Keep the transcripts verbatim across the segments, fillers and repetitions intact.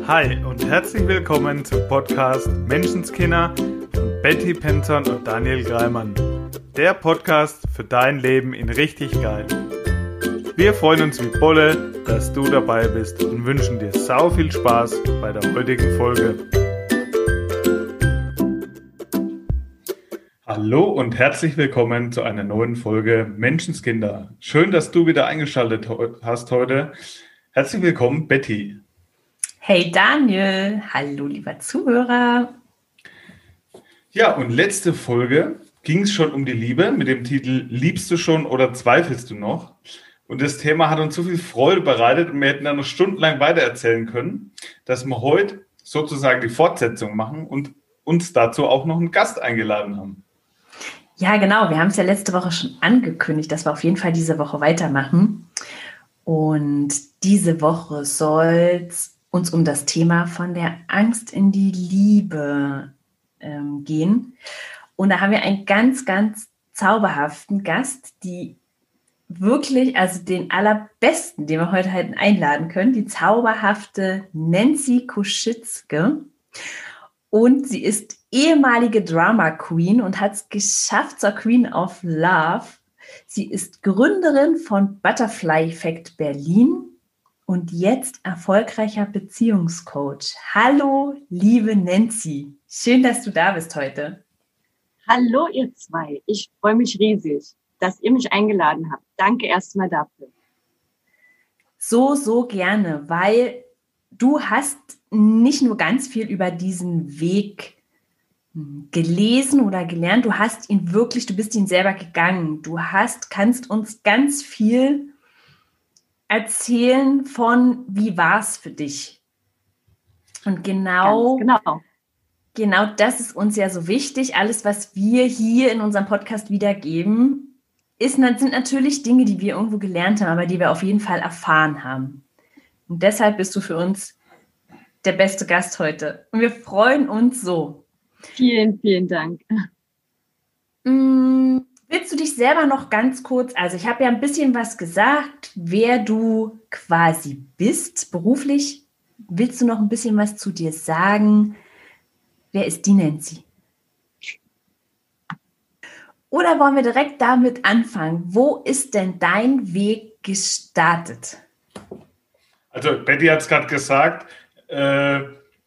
Hi und herzlich willkommen zum Podcast Menschenskinder von Betty Penton und Daniel Greimann. Der Podcast für dein Leben in richtig geil. Wir freuen uns wie Bolle, dass du dabei bist und wünschen dir sau viel Spaß bei der heutigen Folge. Hallo und herzlich willkommen zu einer neuen Folge Menschenskinder. Schön, dass du wieder eingeschaltet hast heute. Herzlich willkommen, Betty. Hey Daniel, hallo lieber Zuhörer. Ja, und letzte Folge ging es schon um die Liebe mit dem Titel Liebst du schon oder zweifelst du noch? Und das Thema hat uns so viel Freude bereitet und wir hätten da noch stundenlang weitererzählen können, dass wir heute sozusagen die Fortsetzung machen und uns dazu auch noch einen Gast eingeladen haben. Ja, genau, wir haben es ja letzte Woche schon angekündigt, dass wir auf jeden Fall diese Woche weitermachen. Und diese Woche soll es uns um das Thema von der Angst in die Liebe ähm, gehen. Und da haben wir einen ganz, ganz zauberhaften Gast, die wirklich, also den allerbesten, den wir heute halt einladen können, die zauberhafte Nancy Koschitzke. Und sie ist ehemalige Drama Queen und hat es geschafft zur Queen of Love. Sie ist Gründerin von Butterfly Effect Berlin und jetzt erfolgreicher Beziehungscoach. Hallo, liebe Nancy. Schön, dass du da bist heute. Hallo, ihr zwei. Ich freue mich riesig, dass ihr mich eingeladen habt. Danke erstmal dafür. So, so gerne, weil du hast nicht nur ganz viel über diesen Weg gelesen oder gelernt, du hast ihn wirklich, du bist ihn selber gegangen. Du hast, kannst uns ganz viel erzählen von, wie war es für dich? Und genau, genau. genau das ist uns ja so wichtig. Alles, was wir hier in unserem Podcast wiedergeben, ist, sind natürlich Dinge, die wir irgendwo gelernt haben, aber die wir auf jeden Fall erfahren haben. Und deshalb bist du für uns der beste Gast heute. Und wir freuen uns so. Vielen, vielen Dank. Mmh. Willst du dich selber noch ganz kurz, also ich habe ja ein bisschen was gesagt, wer du quasi bist beruflich. Willst du noch ein bisschen was zu dir sagen? Wer ist die Nancy? Oder wollen wir direkt damit anfangen? Wo ist denn dein Weg gestartet? Also Betty hat es gerade gesagt, äh,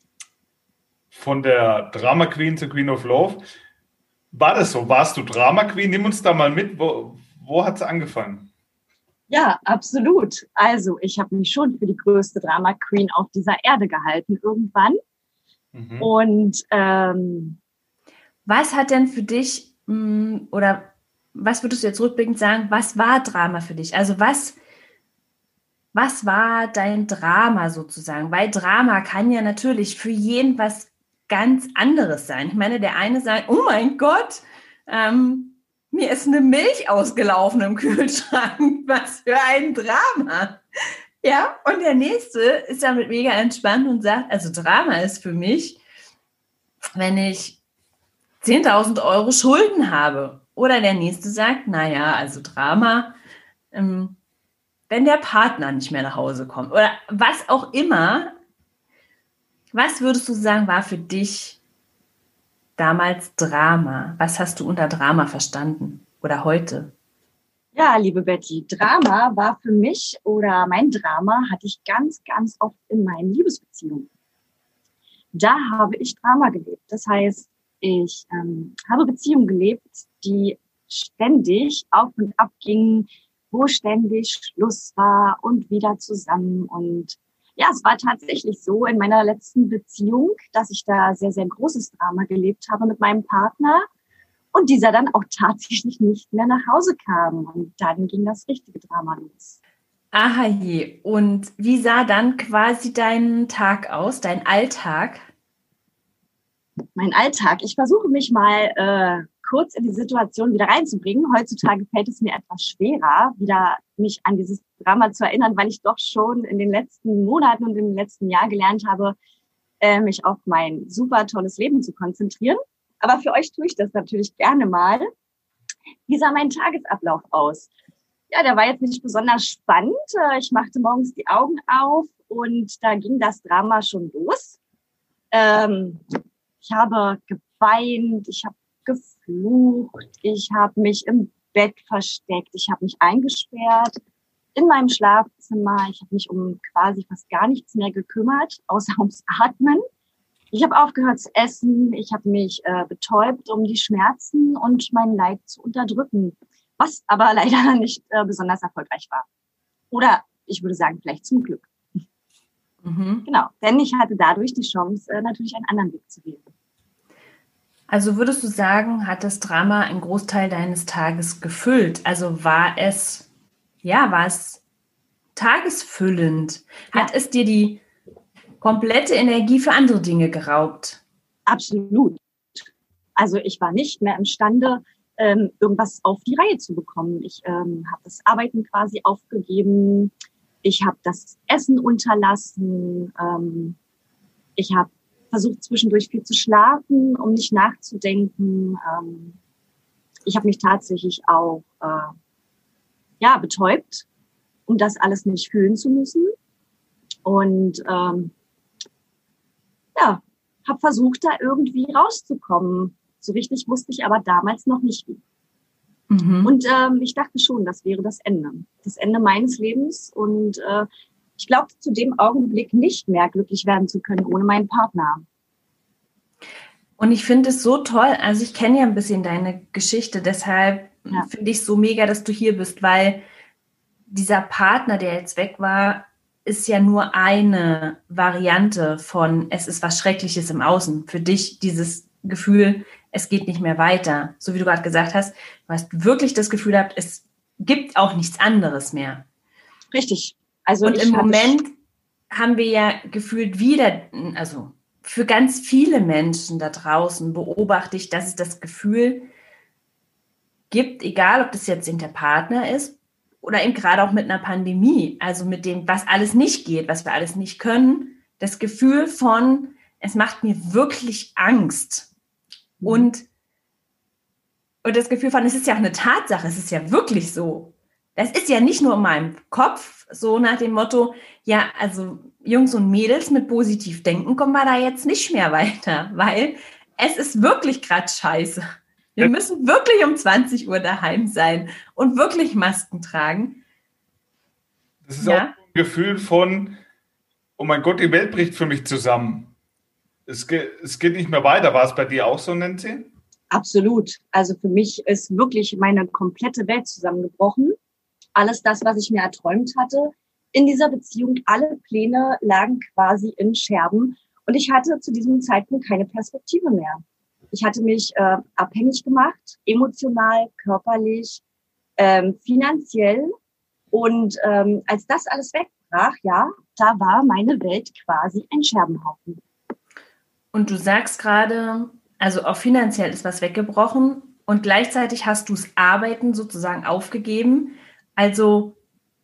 von der Drama Queen zur Queen of Love. War das so? Warst du Drama Queen? Nimm uns da mal mit. Wo, wo hat es angefangen? Ja, absolut. Also ich habe mich schon für die größte Drama Queen auf dieser Erde gehalten irgendwann. Mhm. Und ähm, was hat denn für dich, mh, oder was würdest du jetzt rückblickend sagen, was war Drama für dich? Also was, was war dein Drama sozusagen? Weil Drama kann ja natürlich für jeden was ganz anderes sein. Ich meine, der eine sagt, oh mein Gott, ähm, mir ist eine Milch ausgelaufen im Kühlschrank. Was für ein Drama. Ja, und der nächste ist damit mega entspannt und sagt, also Drama ist für mich, wenn ich zehntausend Euro Schulden habe. Oder der nächste sagt, naja, also Drama, ähm, wenn der Partner nicht mehr nach Hause kommt. Oder was auch immer. Was würdest du sagen, war für dich damals Drama? Was hast du unter Drama verstanden oder heute? Ja, liebe Betty, Drama war für mich oder mein Drama hatte ich ganz, ganz oft in meinen Liebesbeziehungen. Da habe ich Drama gelebt. Das heißt, ich ähm, habe Beziehungen gelebt, die ständig auf und ab gingen, wo ständig Schluss war und wieder zusammen. Und ja, es war tatsächlich so in meiner letzten Beziehung, dass ich da sehr, sehr großes Drama gelebt habe mit meinem Partner und dieser dann auch tatsächlich nicht mehr nach Hause kam. Und dann ging das richtige Drama los. Aha je. Und wie sah dann quasi dein Tag aus, dein Alltag? Mein Alltag. Ich versuche mich mal äh, kurz in die Situation wieder reinzubringen. Heutzutage fällt es mir etwas schwerer, wieder mich an dieses Drama zu erinnern, weil ich doch schon in den letzten Monaten und im letzten Jahr gelernt habe, äh, mich auf mein super tolles Leben zu konzentrieren. Aber für euch tue ich das natürlich gerne mal. Wie sah mein Tagesablauf aus? Ja, der war jetzt nicht besonders spannend. Ich machte morgens die Augen auf und da ging das Drama schon los. Ähm, ich habe geweint, ich habe geflucht, ich habe mich im Bett versteckt, ich habe mich eingesperrt in meinem Schlafzimmer. Ich habe mich um quasi fast gar nichts mehr gekümmert, außer ums Atmen. Ich habe aufgehört zu essen, ich habe mich äh, betäubt, um die Schmerzen und mein Leid zu unterdrücken, was aber leider nicht äh, besonders erfolgreich war. Oder ich würde sagen, vielleicht zum Glück. Mhm. Genau, denn ich hatte dadurch die Chance, äh, natürlich einen anderen Weg zu wählen. Also würdest du sagen, hat das Drama einen Großteil deines Tages gefüllt? Also war es, ja, war es tagesfüllend? Hat ja. es dir die komplette Energie für andere Dinge geraubt? Absolut. Also ich war nicht mehr imstande, ähm, irgendwas auf die Reihe zu bekommen. Ich ähm, habe das Arbeiten quasi aufgegeben. Ich habe das Essen unterlassen. Ähm, ich habe versucht, zwischendurch viel zu schlafen, um nicht nachzudenken. Ähm, ich habe mich tatsächlich auch äh, ja, betäubt, um das alles nicht fühlen zu müssen. Und ähm, ja, habe versucht, da irgendwie rauszukommen. So richtig wusste ich aber damals noch nicht wie. Mhm. Und ähm, ich dachte schon, das wäre das Ende. Das Ende meines Lebens. Und äh, ich glaubte zu dem Augenblick nicht mehr glücklich werden zu können ohne meinen Partner. Und ich finde es so toll, also ich kenne ja ein bisschen deine Geschichte, deshalb ja. finde ich es so mega, dass du hier bist, weil dieser Partner, der jetzt weg war, ist ja nur eine Variante von, es ist was Schreckliches im Außen. Für dich dieses Gefühl, es geht nicht mehr weiter. So wie du gerade gesagt hast, du hast wirklich das Gefühl gehabt, es gibt auch nichts anderes mehr. Richtig. Also und im Moment haben wir ja gefühlt wieder, also für ganz viele Menschen da draußen beobachte ich, dass es das Gefühl gibt, egal ob das jetzt der Partner ist oder eben gerade auch mit einer Pandemie, also mit dem, was alles nicht geht, was wir alles nicht können, das Gefühl von, es macht mir wirklich Angst. Mhm. Und, und das Gefühl von, es ist ja auch eine Tatsache, es ist ja wirklich so. Das ist ja nicht nur in meinem Kopf, so nach dem Motto, ja, also Jungs und Mädels mit positiv denken, kommen wir da jetzt nicht mehr weiter, weil es ist wirklich gerade scheiße. Wir müssen wirklich um zwanzig Uhr daheim sein und wirklich Masken tragen. Das ist ja auch ein Gefühl von, oh mein Gott, die Welt bricht für mich zusammen. Es geht, es geht nicht mehr weiter. War es bei dir auch so, Nancy? Absolut. Also für mich ist wirklich meine komplette Welt zusammengebrochen. Alles das, was ich mir erträumt hatte in dieser Beziehung, alle Pläne lagen quasi in Scherben. Und ich hatte zu diesem Zeitpunkt keine Perspektive mehr. Ich hatte mich äh, abhängig gemacht, emotional, körperlich, ähm, finanziell. Und ähm, als das alles wegbrach, ja, da war meine Welt quasi ein Scherbenhaufen. Und du sagst gerade, also auch finanziell ist was weggebrochen und gleichzeitig hast du das Arbeiten sozusagen aufgegeben. Also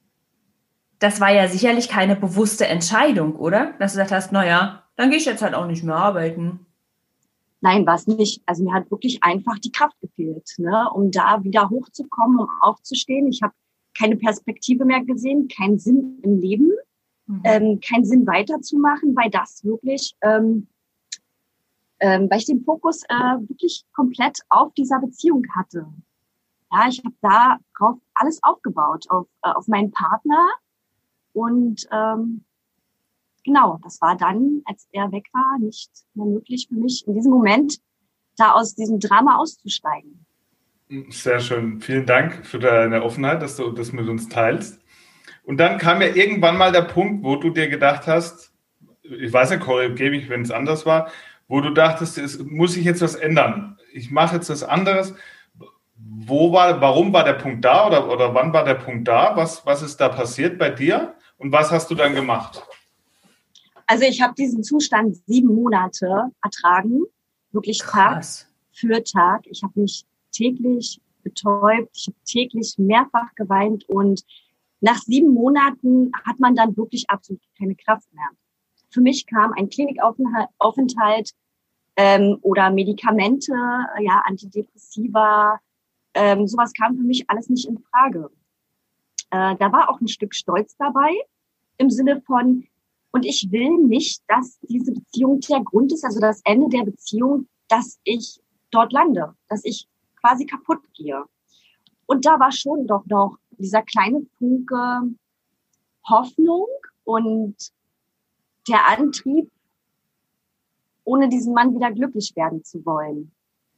das war ja sicherlich keine bewusste Entscheidung, oder? Dass du gesagt hast, naja, dann gehe ich jetzt halt auch nicht mehr arbeiten. Nein, war es nicht. Also mir hat wirklich einfach die Kraft gefehlt, ne, um da wieder hochzukommen, um aufzustehen. Ich habe keine Perspektive mehr gesehen, keinen Sinn im Leben, mhm. ähm, keinen Sinn weiterzumachen, weil das wirklich, ähm, ähm, weil ich den Fokus äh, wirklich komplett auf dieser Beziehung hatte. Ja, ich habe darauf alles aufgebaut, auf, äh, auf meinen Partner und ähm, genau, das war dann, als er weg war, nicht mehr möglich für mich, in diesem Moment da aus diesem Drama auszusteigen. Sehr schön. Vielen Dank für deine Offenheit, dass du das mit uns teilst. Und dann kam ja irgendwann mal der Punkt, wo du dir gedacht hast, ich weiß nicht, korrigiere mich, wenn es anders war, wo du dachtest, es muss sich jetzt was ändern. Ich mache jetzt was anderes. Wo war, warum war der Punkt da oder, oder wann war der Punkt da? Was, was ist da passiert bei dir und was hast du dann gemacht? Also ich habe diesen Zustand sieben Monate ertragen, wirklich Krass. Tag für Tag. Ich habe mich täglich betäubt, ich habe täglich mehrfach geweint und nach sieben Monaten hat man dann wirklich absolut keine Kraft mehr. Für mich kam ein Klinikaufenthalt ähm, oder Medikamente, ja, Antidepressiva, ähm, sowas kam für mich alles nicht in Frage. Äh, da war auch ein Stück Stolz dabei, im Sinne von, Und ich will nicht, dass diese Beziehung der Grund ist, also das Ende der Beziehung, dass ich dort lande, dass ich quasi kaputt gehe. Und da war schon doch noch dieser kleine Funke Hoffnung und der Antrieb, ohne diesen Mann wieder glücklich werden zu wollen.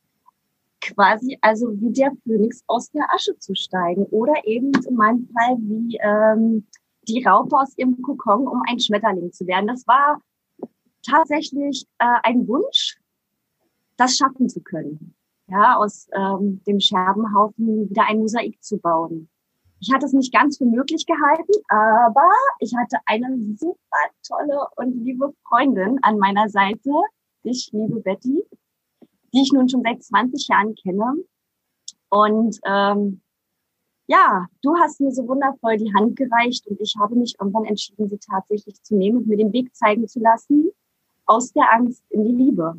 Quasi also wie der Phönix aus der Asche zu steigen oder eben in meinem Fall wie ähm, die Raupe aus ihrem Kokon, um ein Schmetterling zu werden. Das war tatsächlich äh, ein Wunsch, das schaffen zu können. Ja, aus ähm, dem Scherbenhaufen wieder ein Mosaik zu bauen. Ich hatte es nicht ganz für möglich gehalten, aber ich hatte eine super tolle und liebe Freundin an meiner Seite, dich, liebe Betty, die ich nun schon seit zwanzig Jahren kenne. Und ähm, ja, du hast mir so wundervoll die Hand gereicht und ich habe mich irgendwann entschieden, sie tatsächlich zu nehmen und mir den Weg zeigen zu lassen, aus der Angst in die Liebe.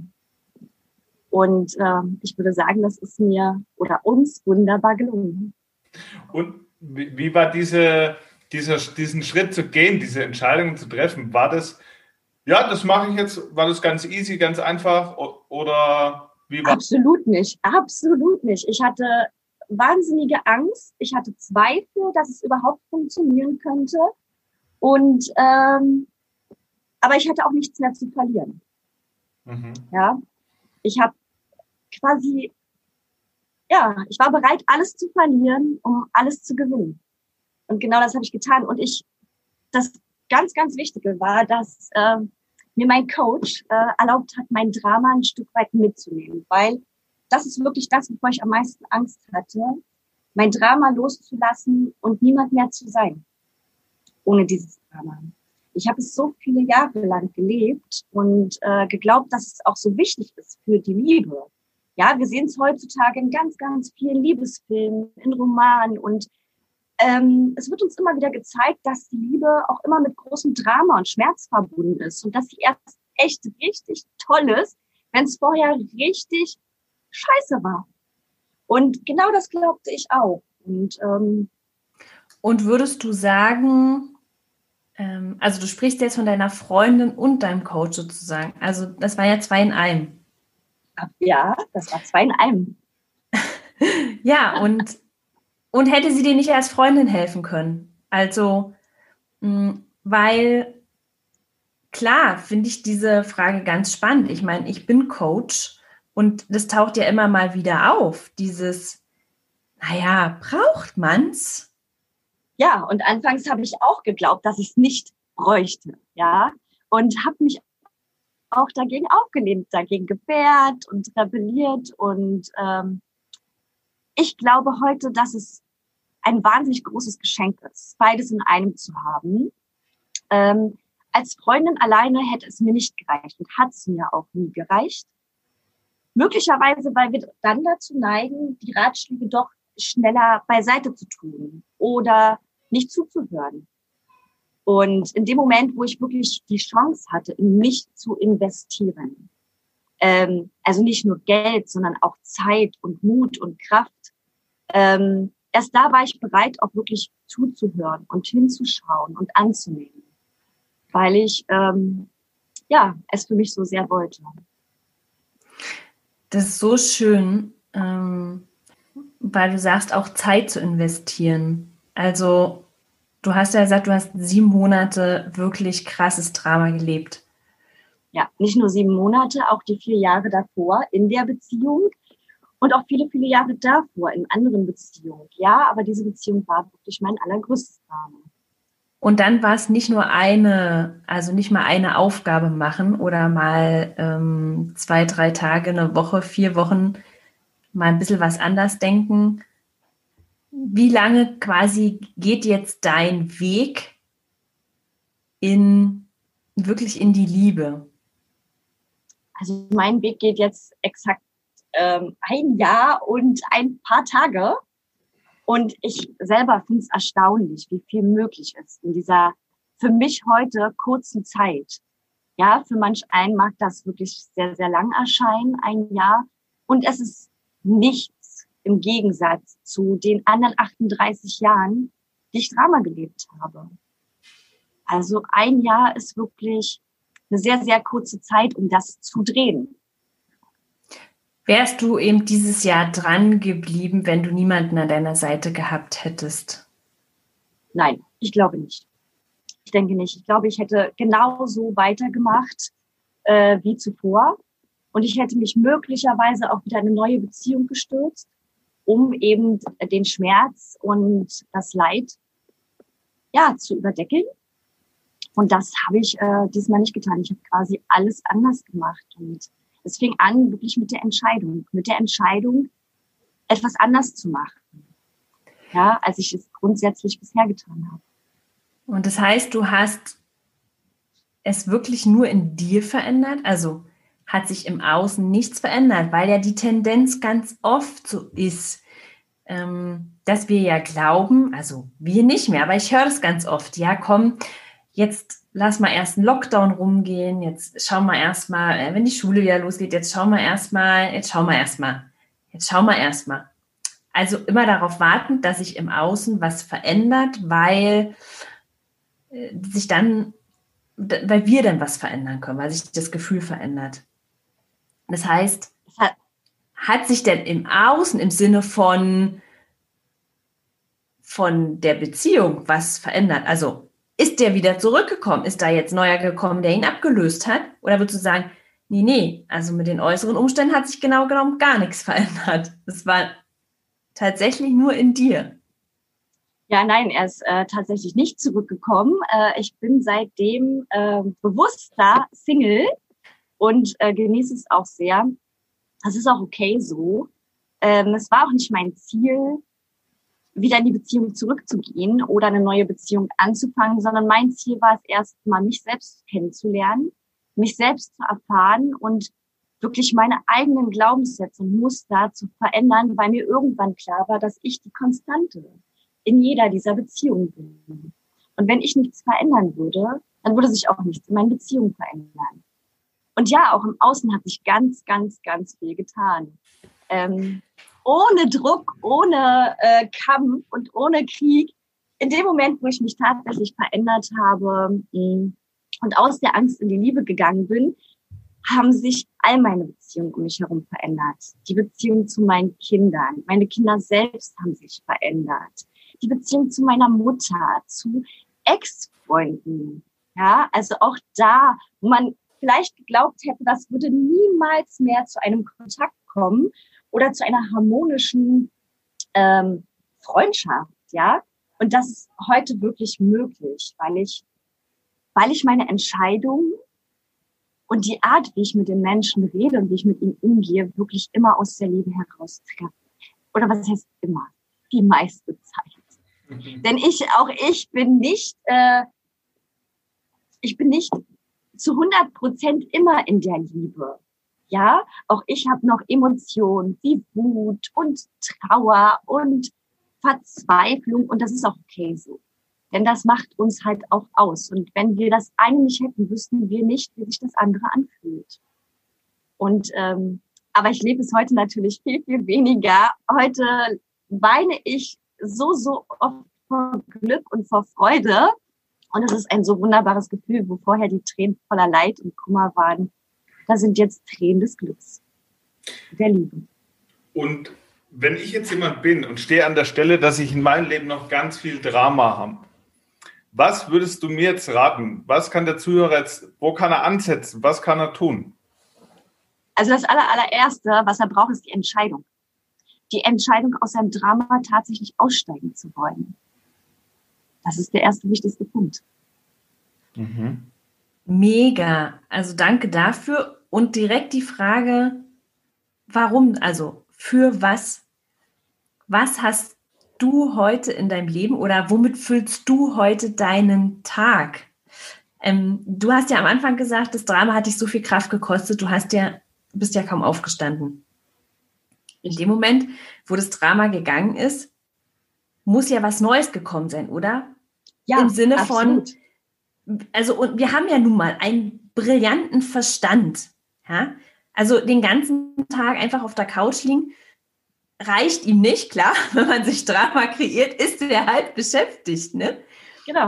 Und äh, ich würde sagen, das ist mir oder uns wunderbar gelungen. Und wie, wie war diese, dieser, diesen Schritt zu gehen, diese Entscheidung zu treffen? War das, ja, das mache ich jetzt, war das ganz easy, ganz einfach oder wie war? Absolut nicht, absolut nicht. Ich hatte wahnsinnige Angst. Ich hatte Zweifel, dass es überhaupt funktionieren könnte. Und ähm, aber ich hatte auch nichts mehr zu verlieren. Mhm. Ja, ich habe quasi, ja, ich war bereit, alles zu verlieren, um alles zu gewinnen. Und genau das habe ich getan. Und ich, das ganz, ganz Wichtige war, dass äh, mir mein Coach äh, erlaubt hat, mein Drama ein Stück weit mitzunehmen, weil das ist wirklich das, wovor ich am meisten Angst hatte, mein Drama loszulassen und niemand mehr zu sein, ohne dieses Drama. Ich habe es so viele Jahre lang gelebt und äh, geglaubt, dass es auch so wichtig ist für die Liebe. Ja, wir sehen es heutzutage in ganz, ganz vielen Liebesfilmen, in Romanen und ähm, es wird uns immer wieder gezeigt, dass die Liebe auch immer mit großem Drama und Schmerz verbunden ist und dass sie erst echt richtig toll ist, wenn es vorher richtig scheiße war. Und genau das glaubte ich auch. Und, ähm, und würdest du sagen, ähm, also du sprichst jetzt von deiner Freundin und deinem Coach sozusagen, also das war ja zwei in einem. Ja, das war zwei in einem. Ja, und, und hätte sie dir nicht als Freundin helfen können? Also, mh, weil, klar, finde ich diese Frage ganz spannend. Ich meine, ich bin Coach und das taucht ja immer mal wieder auf, dieses, naja, braucht man's? Ja, und anfangs habe ich auch geglaubt, dass ich es nicht bräuchte, ja, und habe mich auch dagegen aufgelehnt, dagegen gewehrt und rebelliert. Und ähm, ich glaube heute, dass es ein wahnsinnig großes Geschenk ist, beides in einem zu haben. Ähm, als Freundin alleine hätte es mir nicht gereicht und hat es mir auch nie gereicht. Möglicherweise, weil wir dann dazu neigen, die Ratschläge doch schneller beiseite zu tun oder nicht zuzuhören. Und in dem Moment, wo ich wirklich die Chance hatte, in mich zu investieren, ähm, also nicht nur Geld, sondern auch Zeit und Mut und Kraft, ähm, erst da war ich bereit, auch wirklich zuzuhören und hinzuschauen und anzunehmen, weil ich ähm, ja es für mich so sehr wollte. Das ist so schön, ähm, weil du sagst, auch Zeit zu investieren. Also du hast ja gesagt, du hast sieben Monate wirklich krasses Drama gelebt. Ja, nicht nur sieben Monate, auch die vier Jahre davor in der Beziehung und auch viele, viele Jahre davor in anderen Beziehungen. Ja, aber diese Beziehung war wirklich mein allergrößtes Drama. Und dann war es nicht nur eine, also nicht mal eine Aufgabe machen oder mal ähm, zwei, drei Tage, eine Woche, vier Wochen mal ein bisschen was anders denken. Wie lange quasi geht jetzt dein Weg in wirklich in die Liebe? Also mein Weg geht jetzt exakt ähm, ein Jahr und ein paar Tage. Und ich selber finde es erstaunlich, wie viel möglich ist in dieser für mich heute kurzen Zeit. Ja, für manch einen mag das wirklich sehr, sehr lang erscheinen, ein Jahr. Und es ist nichts im Gegensatz zu den anderen achtunddreißig Jahren, die ich Drama gelebt habe. Also ein Jahr ist wirklich eine sehr, sehr kurze Zeit, um das zu drehen. Wärst du eben dieses Jahr dran geblieben, wenn du niemanden an deiner Seite gehabt hättest? Nein, ich glaube nicht. Ich denke nicht. Ich glaube, ich hätte genauso weitergemacht äh, wie zuvor. Und ich hätte mich möglicherweise auch wieder in eine neue Beziehung gestürzt, um eben den Schmerz und das Leid ja zu überdecken. Und das habe ich äh, diesmal nicht getan. Ich habe quasi alles anders gemacht. Und es fing an wirklich mit der Entscheidung, mit der Entscheidung, etwas anders zu machen, ja, als ich es grundsätzlich bisher getan habe. Und das heißt, du hast es wirklich nur in dir verändert? Also hat sich im Außen nichts verändert, weil ja die Tendenz ganz oft so ist, ähm, dass wir ja glauben, also wir nicht mehr, aber ich höre das ganz oft, ja komm, jetzt lass mal erst einen Lockdown rumgehen, jetzt schauen wir erst mal, äh, wenn die Schule wieder losgeht, jetzt schauen wir erst mal, jetzt schauen wir erst mal, jetzt schauen wir erst mal. Also immer darauf warten, dass sich im Außen was verändert, weil äh, sich dann, weil wir dann was verändern können, weil sich das Gefühl verändert. Das heißt, hat, hat sich denn im Außen im Sinne von, von der Beziehung was verändert? Also ist der wieder zurückgekommen? Ist da jetzt neuer gekommen, der ihn abgelöst hat? Oder würdest du sagen, nee, nee, also mit den äußeren Umständen hat sich genau genommen gar nichts verändert. Es war tatsächlich nur in dir. Ja, nein, er ist äh, tatsächlich nicht zurückgekommen. Äh, ich bin seitdem äh, bewusster Single und äh, genieße es auch sehr. Das ist auch okay so. Ähm, es war auch nicht mein Ziel, wieder in die Beziehung zurückzugehen oder eine neue Beziehung anzufangen, sondern mein Ziel war es erstmal, mich selbst kennenzulernen, mich selbst zu erfahren und wirklich meine eigenen Glaubenssätze und Muster zu verändern, weil mir irgendwann klar war, dass ich die Konstante in jeder dieser Beziehungen bin. Und wenn ich nichts verändern würde, dann würde sich auch nichts in meinen Beziehungen verändern. Und ja, auch im Außen hat sich ganz, ganz, ganz viel getan. Ähm, ohne Druck, ohne äh, Kampf und ohne Krieg. In dem Moment, wo ich mich tatsächlich verändert habe mh, und aus der Angst in die Liebe gegangen bin, haben sich all meine Beziehungen um mich herum verändert. Die Beziehung zu meinen Kindern, meine Kinder selbst haben sich verändert. Die Beziehung zu meiner Mutter, zu Ex-Freunden. Ja, also auch da, wo man vielleicht geglaubt hätte, das würde niemals mehr zu einem Kontakt kommen oder zu einer harmonischen ähm, Freundschaft, ja. Und das ist heute wirklich möglich, weil ich, weil ich meine Entscheidung und die Art, wie ich mit den Menschen rede und wie ich mit ihnen umgehe, wirklich immer aus der Liebe heraus treffe. Oder was heißt immer? Die meiste Zeit. Mhm. Denn ich, auch ich bin nicht, äh, ich bin nicht zu hundert Prozent immer in der Liebe. Ja, auch ich habe noch Emotionen wie Wut und Trauer und Verzweiflung und das ist auch okay so. Denn das macht uns halt auch aus. Und wenn wir das eine nicht hätten, wüssten wir nicht, wie sich das andere anfühlt. Und ähm, aber ich lebe es heute natürlich viel, viel weniger. Heute weine ich so, so oft vor Glück und vor Freude. Und es ist ein so wunderbares Gefühl, wo vorher die Tränen voller Leid und Kummer waren. Da sind jetzt Tränen des Glücks, der Liebe. Und wenn ich jetzt jemand bin und stehe an der Stelle, dass ich in meinem Leben noch ganz viel Drama habe, was würdest du mir jetzt raten? Was kann der Zuhörer jetzt, wo kann er ansetzen? Was kann er tun? Also das aller, allererste, was er braucht, ist die Entscheidung. Die Entscheidung, aus seinem Drama tatsächlich aussteigen zu wollen. Das ist der erste wichtigste Punkt. Mhm. Mega. Also danke dafür. Und direkt die Frage, warum, also für was? Was hast du heute in deinem Leben oder womit füllst du heute deinen Tag? Ähm, du hast ja am Anfang gesagt, das Drama hat dich so viel Kraft gekostet, du hast ja, bist ja kaum aufgestanden. In dem Moment, wo das Drama gegangen ist, muss ja was Neues gekommen sein, oder? Ja, im Sinne absolut. von, also und wir haben ja nun mal einen brillanten Verstand. Ja? Also den ganzen Tag einfach auf der Couch liegen, reicht ihm nicht, klar, wenn man sich Drama kreiert, ist er halt beschäftigt, ne? Genau.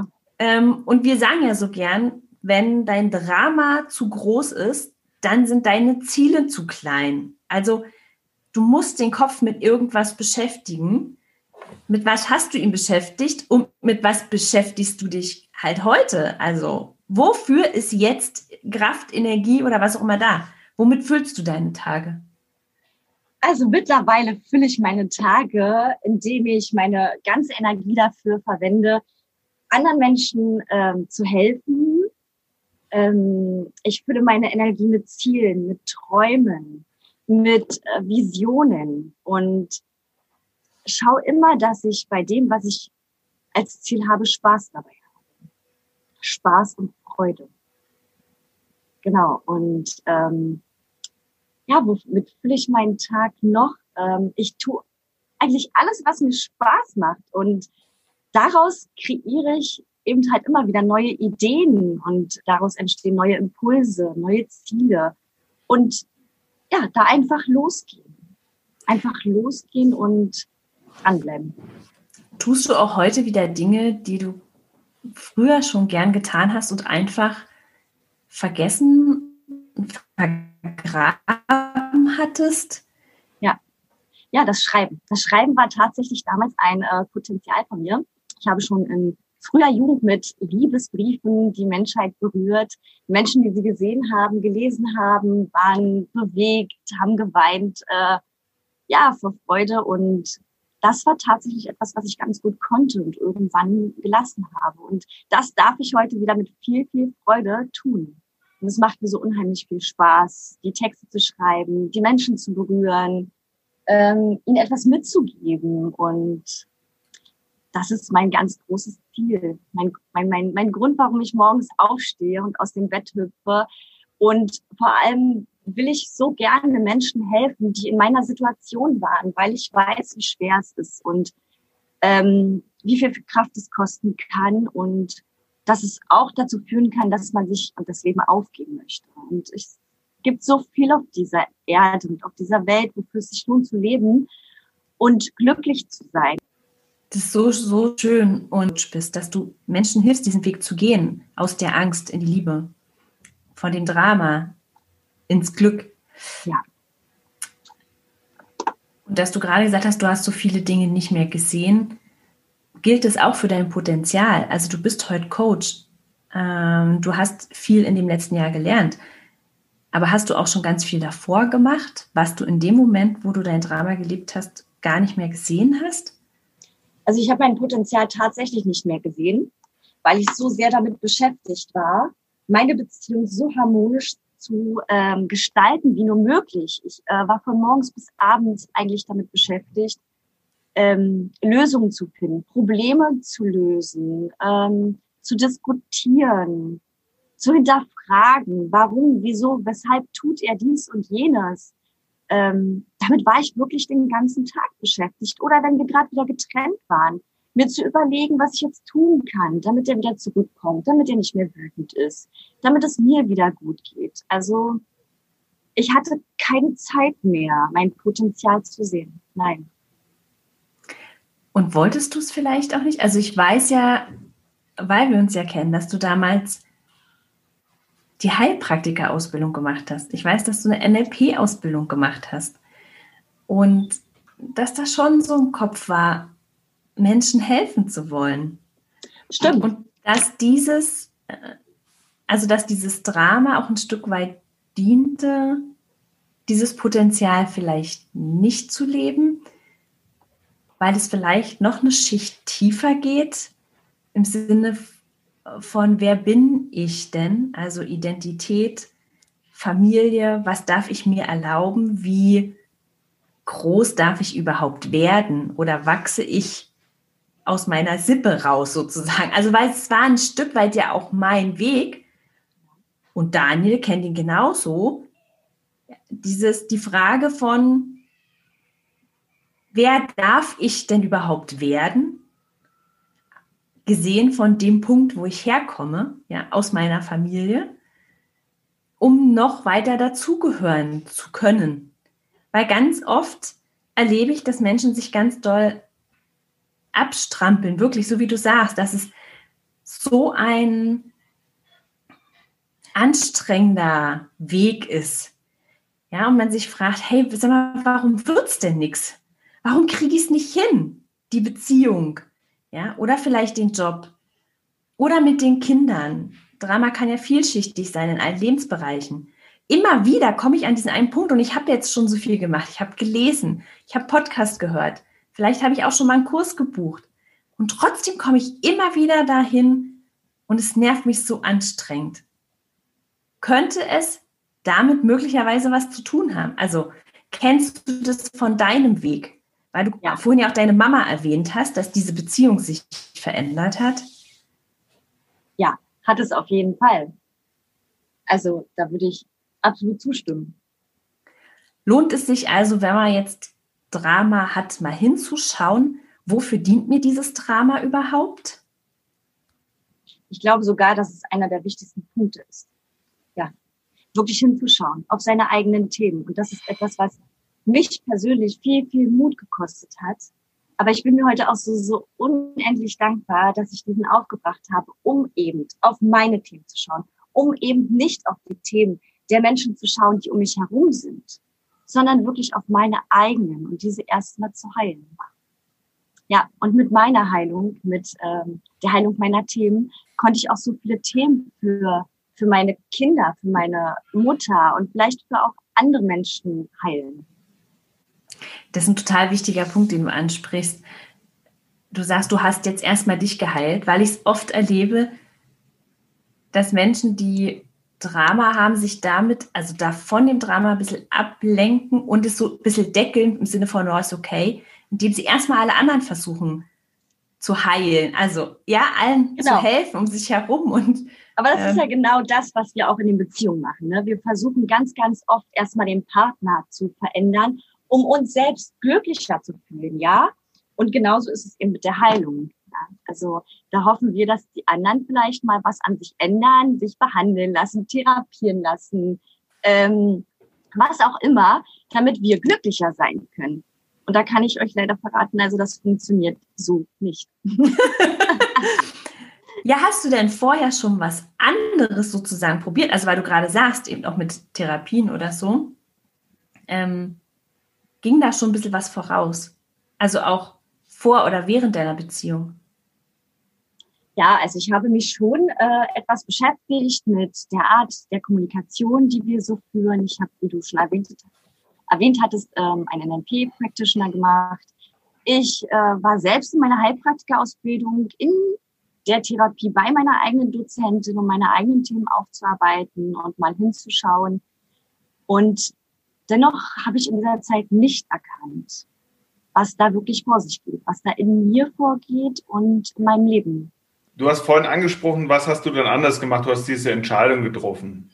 Ähm, und wir sagen ja so gern, wenn dein Drama zu groß ist, dann sind deine Ziele zu klein. Also du musst den Kopf mit irgendwas beschäftigen. Mit was hast du ihn beschäftigt und mit was beschäftigst du dich halt heute? Also wofür ist jetzt Kraft, Energie oder was auch immer da? Womit füllst du deine Tage? Also mittlerweile fülle ich meine Tage, indem ich meine ganze Energie dafür verwende, anderen Menschen ähm, zu helfen. Ähm, ich fülle meine Energie mit Zielen, mit Träumen, mit äh, Visionen und schau immer, dass ich bei dem, was ich als Ziel habe, Spaß dabei habe. Spaß und Freude. Genau. Und ähm, ja, womit fülle ich meinen Tag noch? Ähm, ich tue eigentlich alles, was mir Spaß macht. Und daraus kreiere ich eben halt immer wieder neue Ideen und daraus entstehen neue Impulse, neue Ziele. Und ja, da einfach losgehen. Einfach losgehen und dranbleiben. Tust du auch heute wieder Dinge, die du früher schon gern getan hast und einfach vergessen, vergraben hattest? Ja, ja, das Schreiben. Das Schreiben war tatsächlich damals ein äh, Potenzial von mir. Ich habe schon in früher Jugend mit Liebesbriefen die Menschheit berührt. Menschen, die sie gesehen haben, gelesen haben, waren bewegt, haben geweint, äh, ja, vor Freude. Und das war tatsächlich etwas, was ich ganz gut konnte und irgendwann gelassen habe. Und das darf ich heute wieder mit viel, viel Freude tun. Und es macht mir so unheimlich viel Spaß, die Texte zu schreiben, die Menschen zu berühren, ähm, ihnen etwas mitzugeben. Und das ist mein ganz großes Ziel. Mein, mein, mein, mein Grund, warum ich morgens aufstehe und aus dem Bett hüpfe. Und vor allem will ich so gerne Menschen helfen, die in meiner Situation waren, weil ich weiß, wie schwer es ist und ähm, wie viel Kraft es kosten kann und dass es auch dazu führen kann, dass man sich und das Leben aufgeben möchte. Und es gibt so viel auf dieser Erde und auf dieser Welt, wofür es sich lohnt zu leben und glücklich zu sein. Das ist so, so schön und bist, dass du Menschen hilfst, diesen Weg zu gehen, aus der Angst in die Liebe, von dem Drama ins Glück. Ja. Und dass du gerade gesagt hast, du hast so viele Dinge nicht mehr gesehen, gilt es auch für dein Potenzial. Also du bist heute Coach. Ähm, du hast viel in dem letzten Jahr gelernt. Aber hast du auch schon ganz viel davor gemacht, was du in dem Moment, wo du dein Drama gelebt hast, gar nicht mehr gesehen hast? Also ich habe mein Potenzial tatsächlich nicht mehr gesehen, weil ich so sehr damit beschäftigt war, meine Beziehung so harmonisch zu ähm, gestalten wie nur möglich. Ich äh, war von morgens bis abends eigentlich damit beschäftigt, ähm, Lösungen zu finden, Probleme zu lösen, ähm, zu diskutieren, zu hinterfragen, warum, wieso, weshalb tut er dies und jenes. Ähm, damit war ich wirklich den ganzen Tag beschäftigt. Oder wenn wir gerade wieder getrennt waren, mir zu überlegen, was ich jetzt tun kann, damit er wieder zurückkommt, damit er nicht mehr wütend ist, damit es mir wieder gut geht. Also ich hatte keine Zeit mehr, mein Potenzial zu sehen. Nein. Und wolltest du es vielleicht auch nicht? Also ich weiß ja, weil wir uns ja kennen, dass du damals die Heilpraktiker-Ausbildung gemacht hast. Ich weiß, dass du eine N L P-Ausbildung gemacht hast. Und dass das schon so im Kopf war, Menschen helfen zu wollen. Stimmt. Und dass dieses, also dass dieses Drama auch ein Stück weit diente, dieses Potenzial vielleicht nicht zu leben, weil es vielleicht noch eine Schicht tiefer geht, im Sinne von, wer bin ich denn? Also Identität, Familie, was darf ich mir erlauben? Wie groß darf ich überhaupt werden? Oder wachse ich aus meiner Sippe raus sozusagen? Also weil es war ein Stück weit ja auch mein Weg. Und Daniel kennt ihn genauso. Dieses, die Frage von, wer darf ich denn überhaupt werden? Gesehen von dem Punkt, wo ich herkomme, ja, aus meiner Familie, um noch weiter dazugehören zu können. Weil ganz oft erlebe ich, dass Menschen sich ganz doll abstrampeln, wirklich so wie du sagst, dass es so ein anstrengender Weg ist. Ja, und man sich fragt, hey, sag mal, warum wird's denn nichts? Warum kriege ich es nicht hin? Die Beziehung, ja, oder vielleicht den Job oder mit den Kindern. Drama kann ja vielschichtig sein in allen Lebensbereichen. Immer wieder komme ich an diesen einen Punkt und ich habe jetzt schon so viel gemacht. Ich habe gelesen, ich habe Podcast gehört, vielleicht habe ich auch schon mal einen Kurs gebucht. Und trotzdem komme ich immer wieder dahin und es nervt mich so anstrengend. Könnte es damit möglicherweise was zu tun haben? Also kennst du das von deinem Weg? Weil du ja vorhin ja auch deine Mama erwähnt hast, dass diese Beziehung sich verändert hat. Ja, hat es auf jeden Fall. Also da würde ich absolut zustimmen. Lohnt es sich also, wenn man jetzt Drama hat, mal hinzuschauen, wofür dient mir dieses Drama überhaupt? Ich glaube sogar, dass es einer der wichtigsten Punkte ist. Ja, wirklich hinzuschauen auf seine eigenen Themen. Und das ist etwas, was mich persönlich viel, viel Mut gekostet hat. Aber ich bin mir heute auch so, so unendlich dankbar, dass ich diesen aufgebracht habe, um eben auf meine Themen zu schauen, um eben nicht auf die Themen der Menschen zu schauen, die um mich herum sind, sondern wirklich auf meine eigenen und diese erstmal zu heilen. Ja, und mit meiner Heilung, mit ähm, der Heilung meiner Themen, konnte ich auch so viele Themen für, für meine Kinder, für meine Mutter und vielleicht für auch andere Menschen heilen. Das ist ein total wichtiger Punkt, den du ansprichst. Du sagst, du hast jetzt erstmal dich geheilt, weil ich es oft erlebe, dass Menschen, die Drama haben, sich damit, also da von dem Drama ein bisschen ablenken und es so ein bisschen deckeln im Sinne von, oh, ist okay, indem sie erstmal alle anderen versuchen zu heilen. Also ja, allen genau. zu helfen um sich herum. Und, aber das ähm, ist ja genau das, was wir auch in den Beziehungen machen. Ne? Wir versuchen ganz, ganz oft erstmal den Partner zu verändern, um uns selbst glücklicher zu fühlen, ja? Und genauso ist es eben mit der Heilung. Ja? Also da hoffen wir, dass die anderen vielleicht mal was an sich ändern, sich behandeln lassen, therapieren lassen, ähm, was auch immer, damit wir glücklicher sein können. Und da kann ich euch leider verraten, also das funktioniert so nicht. Ja, hast du denn vorher schon was anderes sozusagen probiert? Also weil du gerade sagst, eben auch mit Therapien oder so, ähm, ging da schon ein bisschen was voraus? Also auch vor oder während deiner Beziehung? Ja, also ich habe mich schon äh, etwas beschäftigt mit der Art der Kommunikation, die wir so führen. Ich habe, wie du schon erwähnt, erwähnt hattest, ähm, einen N L P-Practitioner gemacht. Ich äh, war selbst in meiner Heilpraktikerausbildung in der Therapie bei meiner eigenen Dozentin, um meine eigenen Themen aufzuarbeiten und mal hinzuschauen. Und dennoch habe ich in dieser Zeit nicht erkannt, was da wirklich vor sich geht, was da in mir vorgeht und in meinem Leben. Du hast vorhin angesprochen, was hast du denn anders gemacht? Du hast diese Entscheidung getroffen.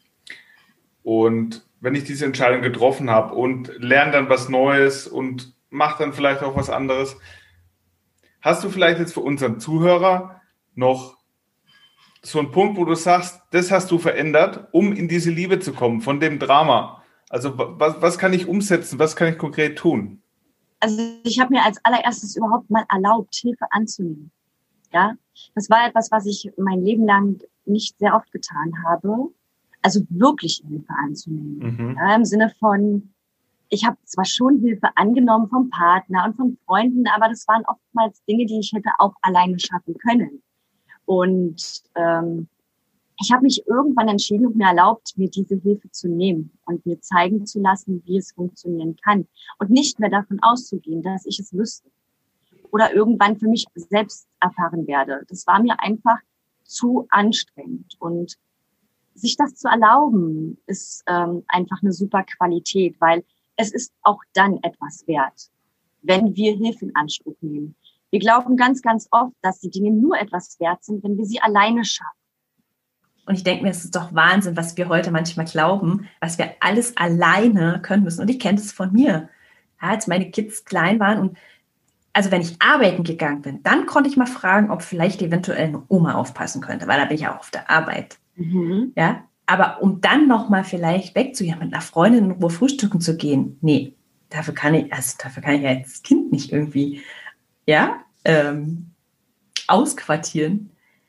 Und wenn ich diese Entscheidung getroffen habe und lerne dann was Neues und mache dann vielleicht auch was anderes, hast du vielleicht jetzt für unseren Zuhörer noch so einen Punkt, wo du sagst, das hast du verändert, um in diese Liebe zu kommen, von dem Drama? Also was, was kann ich umsetzen, was kann ich konkret tun? Also ich habe mir als allererstes überhaupt mal erlaubt, Hilfe anzunehmen. Ja, das war etwas, was ich mein Leben lang nicht sehr oft getan habe. Also wirklich Hilfe anzunehmen. Mhm. Ja, im Sinne von, ich habe zwar schon Hilfe angenommen vom Partner und von Freunden, aber das waren oftmals Dinge, die ich hätte auch alleine schaffen können. Und ähm, ich habe mich irgendwann entschieden und mir erlaubt, mir diese Hilfe zu nehmen und mir zeigen zu lassen, wie es funktionieren kann. Und nicht mehr davon auszugehen, dass ich es wüsste oder irgendwann für mich selbst erfahren werde. Das war mir einfach zu anstrengend. Und sich das zu erlauben, ist ähm, einfach eine super Qualität, weil es ist auch dann etwas wert, wenn wir Hilfe in Anspruch nehmen. Wir glauben ganz, ganz oft, dass die Dinge nur etwas wert sind, wenn wir sie alleine schaffen. Und ich denke mir, es ist doch Wahnsinn, was wir heute manchmal glauben, was wir alles alleine können müssen. Und ich kenne das von mir. Ja, als meine Kids klein waren und also wenn ich arbeiten gegangen bin, dann konnte ich mal fragen, ob vielleicht eventuell eine Oma aufpassen könnte, weil da bin ich auch auf der Arbeit. Mhm. Ja, aber um dann nochmal vielleicht wegzugehen, mit einer Freundin in Ruhe frühstücken zu gehen, nee, dafür kann ich, also dafür kann ich ja jetzt das Kind nicht irgendwie, ja, ähm, ausquartieren.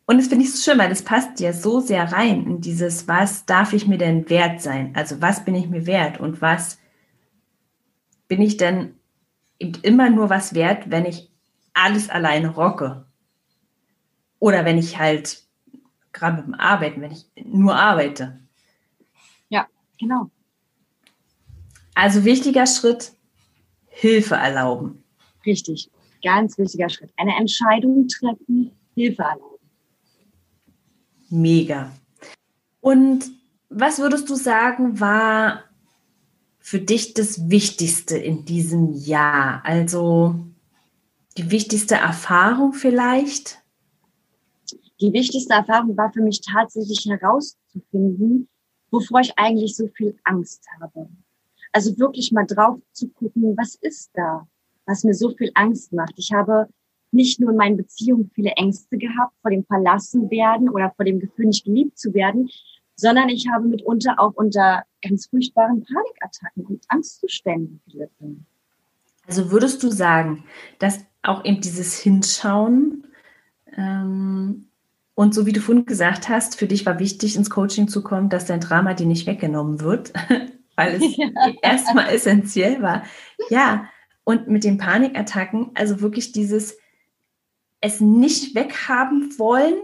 Und das finde ich so schön, weil das passt ja so sehr rein in dieses, was darf ich mir denn wert sein? Also was bin ich mir wert und was bin ich denn eben immer nur was wert, wenn ich alles alleine rocke? Oder wenn ich halt gerade mit dem Arbeiten, wenn ich nur arbeite. Ja, genau. Also wichtiger Schritt, Hilfe erlauben. Richtig, ganz wichtiger Schritt. Eine Entscheidung treffen, Hilfe erlauben. Mega. Und was würdest du sagen, war für dich das Wichtigste in diesem Jahr? Also die wichtigste Erfahrung vielleicht? Die wichtigste Erfahrung war für mich tatsächlich herauszufinden, wovor ich eigentlich so viel Angst habe. Also wirklich mal drauf zu gucken, was ist da, was mir so viel Angst macht. Ich habe nicht nur in meinen Beziehungen viele Ängste gehabt vor dem Verlassenwerden oder vor dem Gefühl, nicht geliebt zu werden, sondern ich habe mitunter auch unter ganz furchtbaren Panikattacken und Angstzuständen gelitten. Also würdest du sagen, dass auch eben dieses Hinschauen ähm, und so wie du vorhin gesagt hast, für dich war wichtig, ins Coaching zu kommen, dass dein Drama dir nicht weggenommen wird, weil es ja. erstmal essentiell war. Ja, und mit den Panikattacken, also wirklich dieses es nicht weghaben wollen,